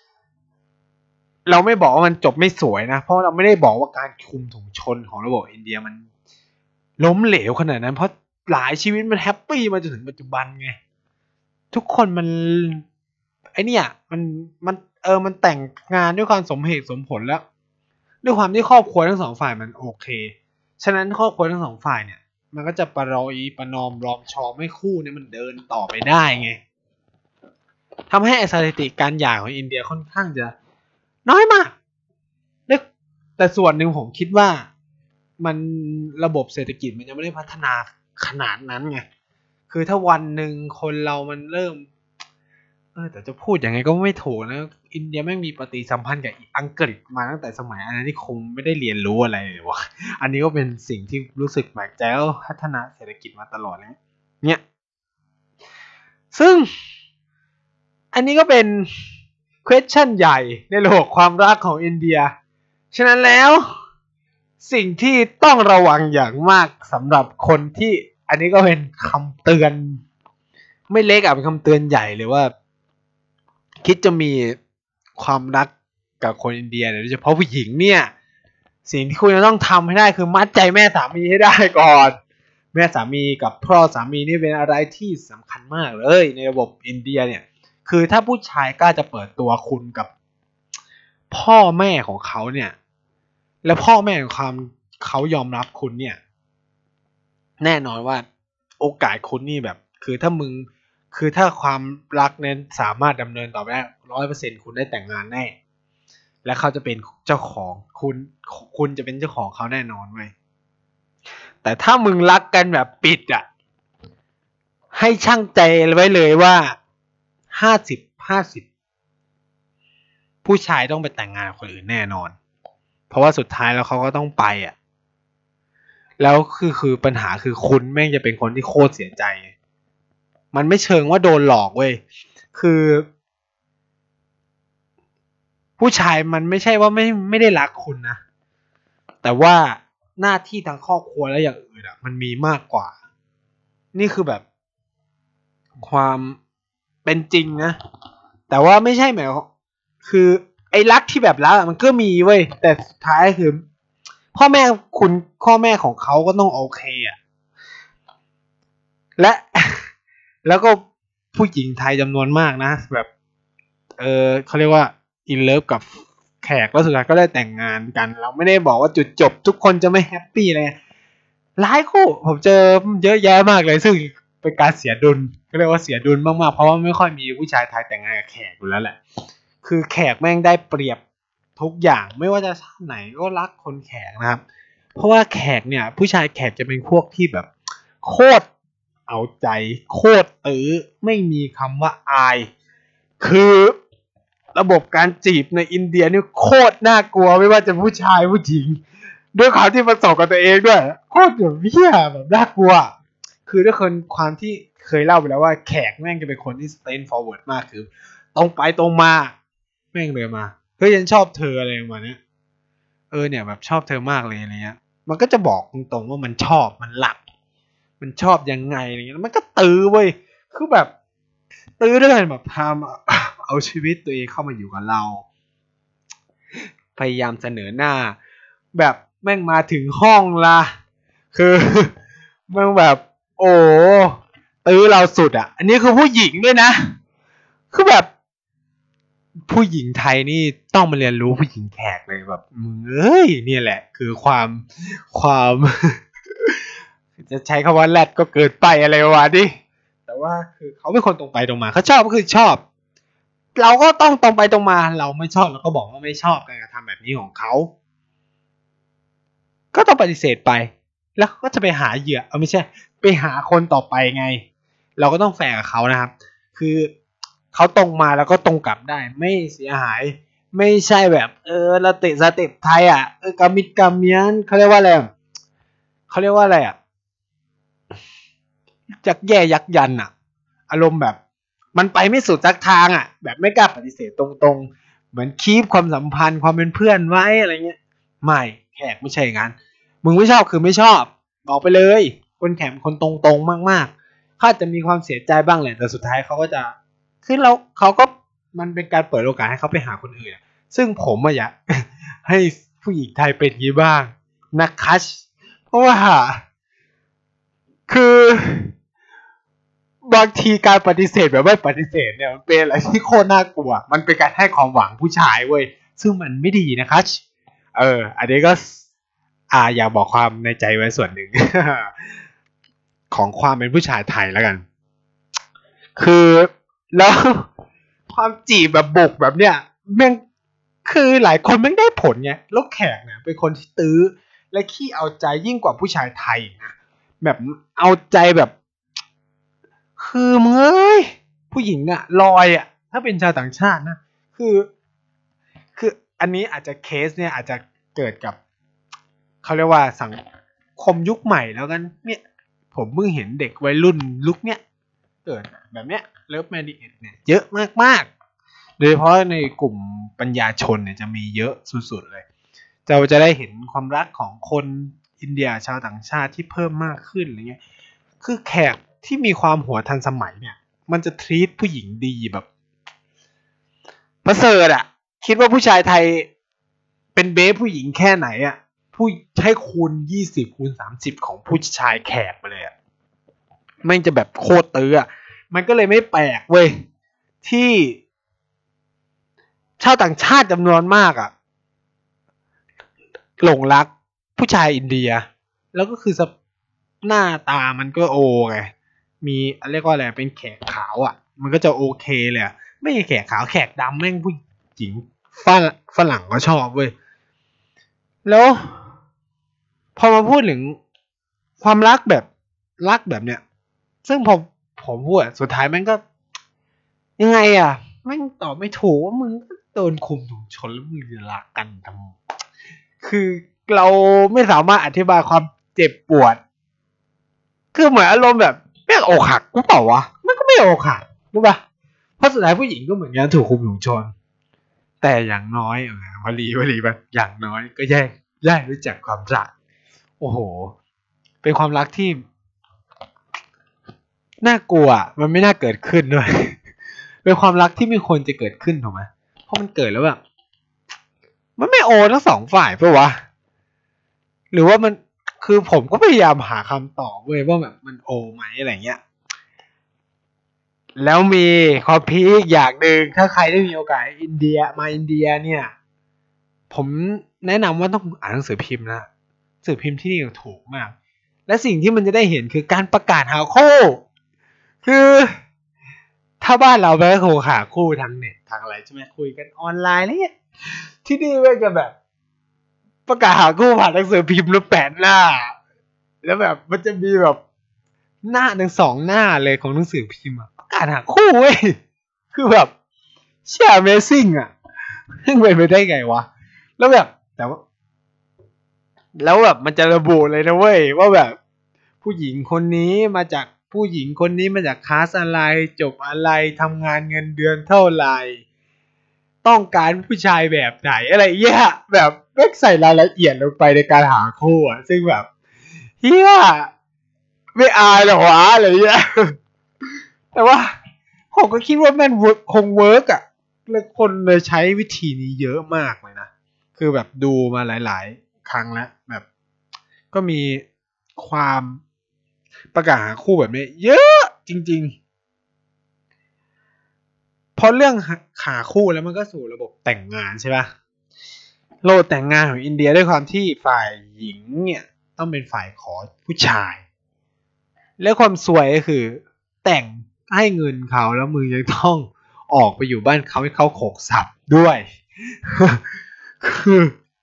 เราไม่บอกว่ามันจบไม่สวยนะเพราะเราไม่ได้บอกว่าการคุมถุงชนของระบบอินเดียมันล้มเหลวขนาดนั้นเพราะหลายชีวิตมันแฮปปี้มาจนถึงปัจจุบันไงทุกคนมันไอเนี่ยมันมันเออมันแต่งงานด้วยความสมเหตุสมผลแล้วด้วยความที่ครอบครัวทั้งสองฝ่ายมันโอเคฉะนั้นครอบครัวทั้งสองฝ่ายเนี่ยมันก็จะประรอยประนอมรอมชอมให้คู่เนี่ยมันเดินต่อไปได้ไงทำให้สถิติการหย่าของอินเดียค่อนข้างจะน้อยมากแต่ส่วนหนึ่งผมคิดว่ามันระบบเศรษฐกิจมันยังไม่ได้พัฒนาขนาดนั้นไงคือถ้าวันหนึ่งคนเรามันเริ่มเออแต่จะพูดยังไงก็ไม่ถูกนะอินเดียแม่งมีปฏิสัมพันธ์กับอังกฤษมาตั้งแต่สมัยอาณานิคมไม่ได้เรียนรู้อะไรเลยวะอันนี้ก็เป็นสิ่งที่รู้สึกแปลกใจว่าพัฒนาเศรษฐกิจมาตลอดแล้วเนี่ยซึ่งอันนี้ก็เป็น question ใหญ่ในระบบความรักของอินเดียฉะนั้นแล้วสิ่งที่ต้องระวังอย่างมากสำหรับคนที่อันนี้ก็เป็นคำเตือนไม่เล็กอ่ะเป็นคำเตือนใหญ่เลยว่าคิดจะมีความรักกับคนอินเดียโดยเฉพาะผู้หญิงเนี่ยสิ่งที่คุณจะต้องทำให้ได้คือมัดใจแม่สามีให้ได้ก่อนแม่สามีกับพ่อสามีนี่เป็นอะไรที่สำคัญมากเลยในระบบอินเดียเนี่ยคือถ้าผู้ชายกล้าจะเปิดตัวคุณกับพ่อแม่ของเขาเนี่ยและพ่อแม่ของความเขายอมรับคุณเนี่ยแน่นอนว่าโอกาสคุณนี่แบบคือถ้ามึงคือถ้าความรักนั้นสามารถดำเนินต่อไปได้ร้อยเปอร์เซ็นต์คุณได้แต่งงานแน่และเขาจะเป็นเจ้าของคุณคุณจะเป็นเจ้าของเขาแน่นอนเว้ยแต่ถ้ามึงรักกันแบบปิดอ่ะให้ชั่งใจไว้เลยว่าห้าสิบห้าสิบผู้ชายต้องไปแต่งงานกับคนอื่นแน่นอนเพราะว่าสุดท้ายแล้วเขาก็ต้องไปอ่ะแล้วคือคือปัญหาคือคุณแม่งจะเป็นคนที่โคตรเสียใจมันไม่เชิงว่าโดนหลอกเว้ยคือผู้ชายมันไม่ใช่ว่าไม่ไม่ได้รักคุณนะแต่ว่าหน้าที่ทางครอบครัวและอย่างอื่นอ่ะมันมีมากกว่านี่คือแบบความเป็นจริงนะแต่ว่าไม่ใช่หมายคือไอ้รักที่แบบรักมันก็มีเว้ยแต่สุดท้ายคือพ่อแม่คุณพ่อแม่ของเขาก็ต้องโอเคอ่ะและแล้วก็ผู้หญิงไทยจำนวนมากนะแบบเออเขาเรียกว่าอินเลิฟกับแขกแล้วสุดท้ายก็ได้แต่งงานกันเราไม่ได้บอกว่าจุดจบทุกคนจะไม่แฮปปี้เลยหลายคู่ผมเจอเยอะแยะมากเลยซึ่งเป็นการเสียดุลก็เรียกว่าเสียดุลมากๆเพราะว่าไม่ค่อยมีผู้ชายไทยแต่งงานกับแขกอยู่แล้วแหละคือแขกแม่งได้เปรียบทุกอย่างไม่ว่าจะชาติไหนก็รักคนแขกนะครับเพราะว่าแขกเนี่ยผู้ชายแขกจะเป็นพวกที่แบบโคตรเอาใจโคตรตื้อไม่มีคำว่าอายคือระบบการจีบในอินเดียนี่โคตรน่ากลัวไม่ว่าจะผู้ชายผู้หญิงด้วยความที่ประสบกับตัวเองด้วยโคตรแบบเหี้ยแบบน่ากลัวคือด้วยคนความที่เคยเล่าไปแล้วว่าแขกแม่งจะเป็นคนที่ stand forward มากคือตรงไปตรงมาแม่งเลยมาเฮ้ยฉันชอบเธออะไรประมาณนี้เออเนี่ยแบบชอบเธอมากเลยอะไรเงี้ยมันก็จะบอกตรงๆว่ามันชอบมันหลักมันชอบยังไงอะไรเงี้ยมันก็ตื้อเว้ยคือแบบตื้อด้วยกันแบบพามาเอาชีวิตตัวเองเข้ามาอยู่กับเราพยายามเสนอหน้าแบบแม่งมาถึงห้องละคือแม่งแบบโอ้ตื้อเราสุดอ่ะอันนี้คือผู้หญิงด้วยนะคือแบบผู้หญิงไทยนี่ต้องมาเรียนรู้ผู้หญิงแขกเลยแบบมึงเอ้ยนี่แหละคือความความจะใช้คำว่าแรดก็เกินไปอะไรวะดิแต่ว่าคือเขาเป็นคนตรงไปตรงมาเขาชอบก็คือชอบเราก็ต้องตรงไปตรงมาเราไม่ชอบเราก็บอกว่าไม่ชอบการกระทำแบบนี้ของเขาก็ต้องปฏิเสธไปแล้วก็จะไปหาเหยื่อเอาไม่ใช่ไปหาคนต่อไปไงเราก็ต้องแฟร์กับเขานะครับคือเขาตรงมาแล้วก็ตรงกลับได้ไม่เสียหายไม่ใช่แบบเออเราเตะสเต็ปไทยอ่ะเออกำมิดกำเมียนเขาเรียกว่าอะไรเขาเรียกว่าอะไรอ่ะยักแย่ยักยันอ่ะอารมณ์แบบมันไปไม่สุดสักทางอ่ะแบบไม่กล้าปฏิเสธตรงๆเหมือนคีปความสัมพันธ์ความเป็นเพื่อนไว้อะไรเงี้ยไม่แขกไม่ใช่อย่างนั้นมึงไม่ชอบคือไม่ชอบบอกไปเลยคนแขกคนตรงๆมากๆเขาจะมีความเสียใจบ้างแหละแต่สุดท้ายเขาก็จะคือเราเขาก็มันเป็นการเปิดโอกาสให้เขาไปหาคนอื่นซึ่งผมอะอยากให้ผู้หญิงไทยเป็นอย่างนี้บ้างนะคะเพราะว่าคือบางทีการปฏิเสธแบบไม่ปฏิเสธเนี่ยมันเป็นอะไรที่โคตรน่ากลัวมันเป็นการให้ความหวังผู้ชายเว้ยซึ่งมันไม่ดีนะคะเอออันนี้ก็อ่าอยากบอกความในใจไว้ส่วนหนึ่ง ของความเป็นผู้ชายไทยแล้วกันคือแล้วความจีบแบบบุกแบบเนี้ยแม่งคือหลายคนแม่งได้ผลไงแล้วแขกเนี่ยเป็นคนที่ตื้อและขี้เอาใจยิ่งกว่าผู้ชายไทยนะแบบเอาใจแบบคือมึงเอ้ยผู้หญิงอะลอยอะถ้าเป็นชาวต่างชาตินะคือคืออันนี้อาจจะเคสเนี่ยอาจจะเกิดกับเขาเรียกว่าสังคมยุคใหม่แล้วกันเนี่ยผมเพิ่งเห็นเด็กวัยรุ่นลุกเนี้ยเกิดแบบเนี้ยเลิฟแมรี่เอ็ดเนี่ยเยอะมากๆโดยเฉพาะในกลุ่มปัญญาชนเนี่ยจะมีเยอะสุดๆเลยเราจะได้เห็นความรักของคนอินเดียชาวต่างชาติที่เพิ่มมากขึ้นอะไรเงี้ยคือแขกที่มีความหัวทันสมัยเนี่ยมันจะทรีตผู้หญิงดีแบบประเสริฐอะคิดว่าผู้ชายไทยเป็นเบสผู้หญิงแค่ไหนอะผู้ให้คูณยี่สิบคูณสามสิบของผู้ชายแขกไปเลยอะแม่งจะแบบโคตรตื้ออะมันก็เลยไม่แปลกเว้ยที่ชาวต่างชาติจำนวนมากอะหลงรักผู้ชายอินเดียแล้วก็คือหน้าตามันก็โอไงมีเรียกว่าอะไรเป็นแขกขาวอ่ะมันก็จะโอเคเลยอ่ะไม่ใช่แขกขาวแขกดำแม่งผู้หญิงฝรั่งก็ชอบเว้ยแล้วพอมาพูดถึงความรักแบบรักแบบเนี้ยซึ่งผมผมพูดสุดท้ายมันก็ยังไงอ่ะแม่งตอบไม่ถูกว่ามึงโดนคุมถุงชนแล้วมึงจะรักกันทำคือเราไม่สามารถอธิบายความเจ็บปวดคือเหมือนอารมณ์แบบแม่งอกหักกูเปล่าวะมันก็ไม่อกหักรู้ป่ะเพราะสุดท้ายผู้หญิงก็เหมือนกันถูกคุมถุงชนแต่อย่างน้อยวลีวลีแบบอย่างน้อยก็แยกแยกรู้จักความรักโอ้โหเป็นความรักที่น่ากลัวมันไม่น่าเกิดขึ้นด้วยเป็นความรักที่ไม่ควรจะเกิดขึ้นถูกไหมเพราะมันเกิดแล้วแบบมันไม่โอทั้งสองฝ่ายเปล่าวะหรือว่ามันคือผมก็พยายามหาคำตอบเว้ยว่าแบบมันโอไหมอะไรเงี้ยแล้วมีคอพีคอย่างหนึ่งถ้าใครได้มีโอกาสอินเดียมาอินเดียเนี่ยผมแนะนำว่าต้องอ่านหนังสือพิมพ์นะหนังสือพิมพ์ที่นี่ถูกมากและสิ่งที่มันจะได้เห็นคือการประกาศหาคู่คือถ้าบ้านเราไปก็คงหาคู่ทางเน็ตทางอะไรใช่ไหมคุยกันออนไลน์อะไรเงี้ยที่นี่มันจะแบบประกาศหาคู่ผ่านหนังสือพิมพ์แล้วแปดหน้าแล้วแบบมันจะมีแบบหน้าหนึ่งสองหน้าเลยของหนังสือพิมพ์อะประกาศหาคู่เว้ยคือแบบเชี่ย Amazing อ่ะซึ่งเป็นไปได้ไงวะแล้วแบบแต่ว่าแล้วแบบมันจะระบุเลยนะเว้ยว่าแบบผู้หญิงคนนี้มาจากผู้หญิงคนนี้มาจากคลาสอะไรจบอะไรทำงานเงินเดือนเท่าไหร่ต้องการผู้ชายแบบไหนอะไรเงี้ยแบบแม่งใส่รายละเอียดลงไปในการหาคู่อ่ะซึ่งแบบเฮียไม่อายหรอวะอะไรเงี้ยแต่ว่าผมก็คิดว่าแม่งคงเวิร์กอ่ะเลยคนเลยใช้วิธีนี้เยอะมากเลยนะคือแบบดูมาหลายๆครั้งแล้วแบบก็มีความประกาศหาคู่แบบนี้เยอะจริงๆเพราะเรื่องหาคู่แล้วมันก็สู่ระบบแต่งงานใช่ปะโลกแต่งงานของอินเดียด้วยความที่ฝ่ายหญิงเนี่ยต้องเป็นฝ่ายขอผู้ชายแล้วความสวยก็คือแต่งให้เงินเขาแล้วมึงยังต้องออกไปอยู่บ้านเขาให้เขาโขกสับด้วยคือ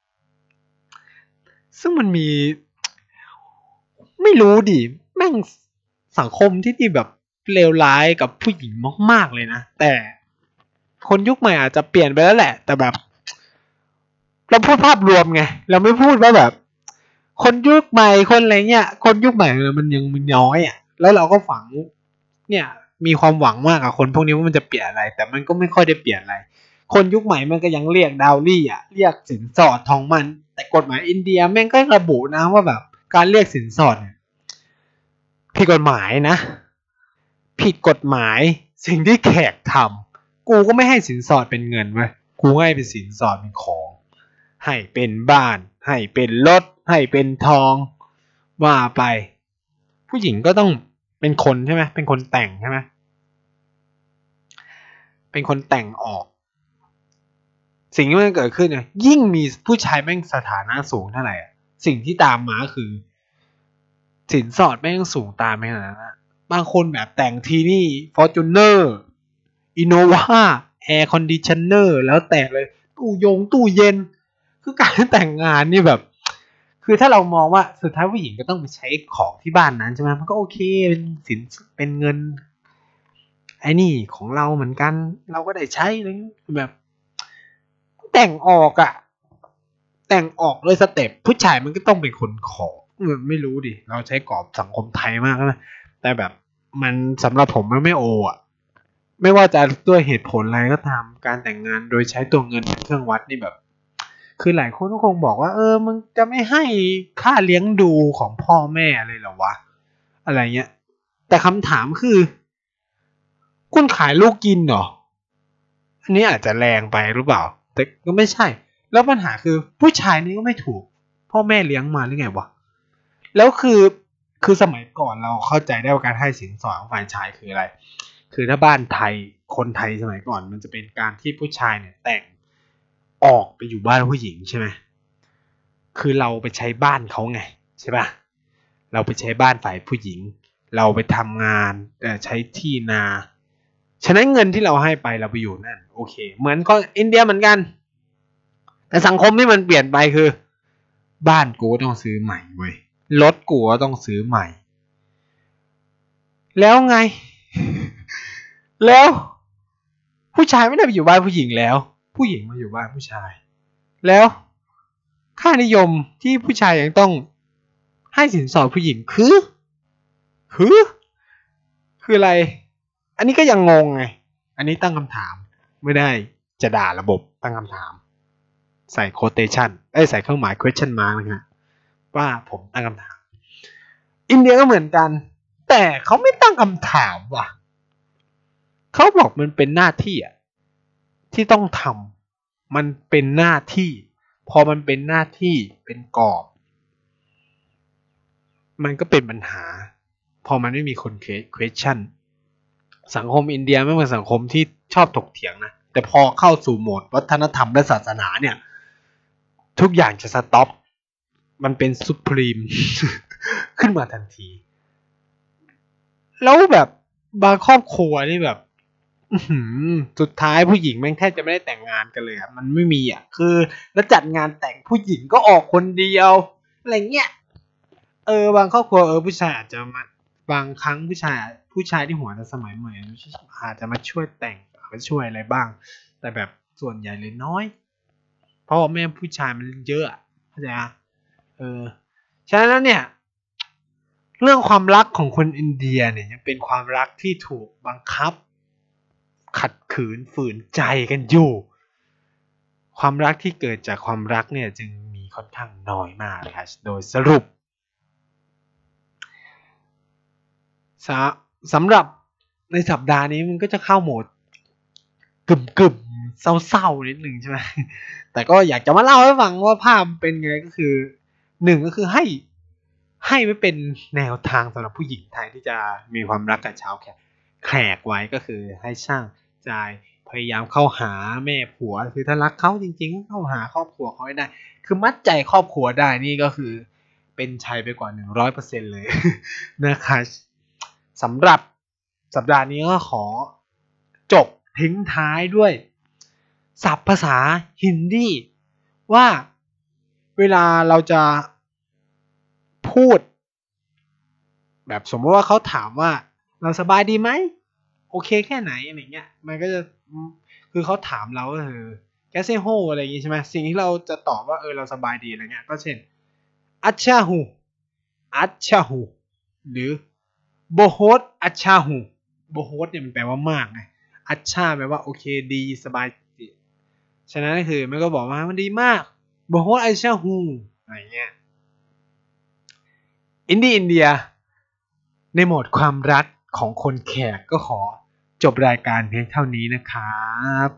ซึ่งมันมีไม่รู้ดิแม่งสังคมที่นี่แบบเลวร้ายกับผู้หญิงมากๆเลยนะแต่คนยุคใหม่อาจจะเปลี่ยนไปแล้วแหละแต่แบบเราพูดภาพรวมไงเราไม่พูดว่าแบบคนยุคใหม่คนอะไรเงี้ยคนยุคใหม่มันยังมันน้อยอ่ะแล้วเราก็ฝังเนี่ยมีความหวังมากกับคนพวกนี้ว่ามันจะเปลี่ยนอะไรแต่มันก็ไม่ค่อยได้เปลี่ยนอะไรคนยุคใหม่มันก็ยังเรียกดาวลี่อ่ะเรียกสินสอดทองมันแต่กฎหมายอินเดียแม่งก็ระบุนะว่าแบบการเรียกสินสอดเนี่ยผิดกฎหมายนะผิดกฎหมายสิ่งที่แขกทำกูก็ไม่ให้สินสอดเป็นเงินเว้ยกูให้เป็นสินสอดเป็นของให้เป็นบ้านให้เป็นรถให้เป็นทองว่าไปผู้หญิงก็ต้องเป็นคนใช่ไหมเป็นคนแต่งใช่ไหมเป็นคนแต่งออกสิ่งที่มันเกิดขึ้นเนี่ยยิ่งมีผู้ชายแม่งสถานะสูงเท่าไหร่สิ่งที่ตามมาคือสินสอดแม่งสูงตามไปขนาดนั้นนะบางคนแบบแต่งทีนี่ Fortuner Innova Air Conditioner แล้วแต่เลยตู้ยงตู้เย็นคือการแต่งงานนี่แบบคือถ้าเรามองว่าสุดท้ายผู้หญิงก็ต้องไปใช้ของที่บ้านนั้นใช่ไหมมันก็โอเคเป็นสินเป็นเงินไอ้นี่ของเราเหมือนกันเราก็ได้ใช้เลยแบบแต่งออกอะแต่งออกเลยสเต็ปผู้ชายมันก็ต้องเป็นคนขอไม่รู้ดิเราใช้กรอบสังคมไทยมากนะแต่แบบมันสำหรับผมมันไม่โออะไม่ว่าจะด้วยเหตุผลอะไรก็ตามการแต่งงานโดยใช้ตัวเงินเป็นเครื่องวัดนี่แบบคือหลายคนก็คงบอกว่าเออมึงจะไม่ให้ค่าเลี้ยงดูของพ่อแม่อะไรหรอวะอะไรเงี้ยแต่คำถามคือคุณขายลูกกินเหรออันนี้อาจจะแรงไปหรือเปล่าแต่ก็ไม่ใช่แล้วปัญหาคือผู้ชายนี่ก็ไม่ถูกพ่อแม่เลี้ยงมาหรือไงวะแล้วคือคือสมัยก่อนเราเข้าใจได้ว่าการให้สินสอดของฝ่ายชายคืออะไรคือถ้าบ้านไทยคนไทยสมัยก่อนมันจะเป็นการที่ผู้ชายเนี่ยแต่งออกไปอยู่บ้านผู้หญิงใช่ไหมคือเราไปใช้บ้านเขาไงใช่ป่ะเราไปใช้บ้านฝ่ายผู้หญิงเราไปทำงานใช้ที่นาฉะนั้นเงินที่เราให้ไปเราไปอยู่นั่นโอเคเหมือนก็อินเดียเหมือนกันแต่สังคมที่มันเปลี่ยนไปคือบ้านกูต้องซื้อใหม่เว้ยรถกูก็ต้องซื้อใหม่แล้วไง แล้วผู้ชายไม่ได้ไปอยู่บ้านผู้หญิงแล้วผู้หญิงมาอยู่บ้านผู้ชายแล้วค่านิยมที่ผู้ชายยังต้องให้สินสอดผู้หญิงคือคือคืออะไรอันนี้ก็ยังงงไงอันนี้ตั้งคำถามไม่ได้จะด่าระบบตั้งคำถามใส่ quotation เอ้ยใส่เครื่องหมาย question mark นะฮะว่าผมตั้งคำถามอินเดียก็เหมือนกันแต่เขาไม่ตั้งคำถามว่ะเขาบอกมันเป็นหน้าที่อะที่ต้องทำมันเป็นหน้าที่พอมันเป็นหน้าที่เป็นกรอบมันก็เป็นปัญหาพอมันไม่มีคน question สังคมอินเดียไม่เหมือนสังคมที่ชอบถกเถียงนะแต่พอเข้าสู่โหมดวัฒนธรรมและศาสนาเนี่ยทุกอย่างจะสต็อปมันเป็นสุพรีม ขึ้นมาทันทีแล้วแบบบางครอบครัวนี่แบบสุดท้ายผู้หญิงแม่งแทบจะไม่ได้แต่งงานกันเลยอ่ะมันไม่มีอ่ะคือแล้วจัดงานแต่งผู้หญิงก็ออกคนเดียวอะไรเงี้ยเออบางครอบครัวเออผู้ชายอาจจะมาบางครั้งผู้ชายผู้ชายที่หัวในสมัยใหม่อาจจะมาช่วยแต่งมาช่วยอะไรบ้างแต่แบบส่วนใหญ่เลยน้อยเพราะว่าแม่ผู้ชายมันเยอะเข้าใจอ่ะเออฉะนั้นแล้วเนี่ยเรื่องความรักของคนอินเดียเนี่ยยังเป็นความรักที่ถูกบังคับขัดขืนฝืนใจกันอยู่ความรักที่เกิดจากความรักเนี่ยจึงมีค่อนข้างน้อยมากเลยครับโดยสรุปสำหรับในสัปดาห์นี้มันก็จะเข้าโหมดกึ่มกึ่มเศร้าๆนิดนึงใช่ไหมแต่ก็อยากจะมาเล่าให้ฟังว่าภาพเป็นไงก็คือหนึ่งก็คือให้ให้ไว้เป็นแนวทางสำหรับผู้หญิงไทยที่จะมีความรักกับชาวแขกแขกไว้ก็คือให้ช่างใจพยายามเข้าหาแม่ผัวคือถ้ารักเขาจริงๆเข้าหาครอบครัวเขาให้ได้คือมัดใจครอบครัวได้นี่ก็คือเป็นชัยไปกว่า หนึ่งร้อยเปอร์เซ็นต์ เลยนะคะสำหรับสัปดาห์นี้ก็ขอจบทิ้งท้ายด้วยศัพท์ภาษาฮินดีว่าเวลาเราจะพูดแบบสมมติว่าเขาถามว่าเราสบายดีไหมโอเคแค่ไหนอะไรเงี้ยมันก็จะคือเขาถามเราเออแกเซโฮอะไรอย่างงี้ใช่ไหมสิ่งที่เราจะตอบว่าเออเราสบายดีอะไรเงี้ยก็เช่นอัชชาฮูอัชชาฮูหรือโบโฮตอัชชาฮูโบโฮตเนี่ยมันแปลว่ามากไงอัชชาแปลว่าโอเคดีสบายดีฉะนั้นก็คือมันก็บอกว่ามันดีมากโบโฮตอัชชาฮูอะไรเงี้ยอินดี้อินเดียในโหมดความรักของคนแขกก็ขอจบรายการเพียงเท่านี้นะครับ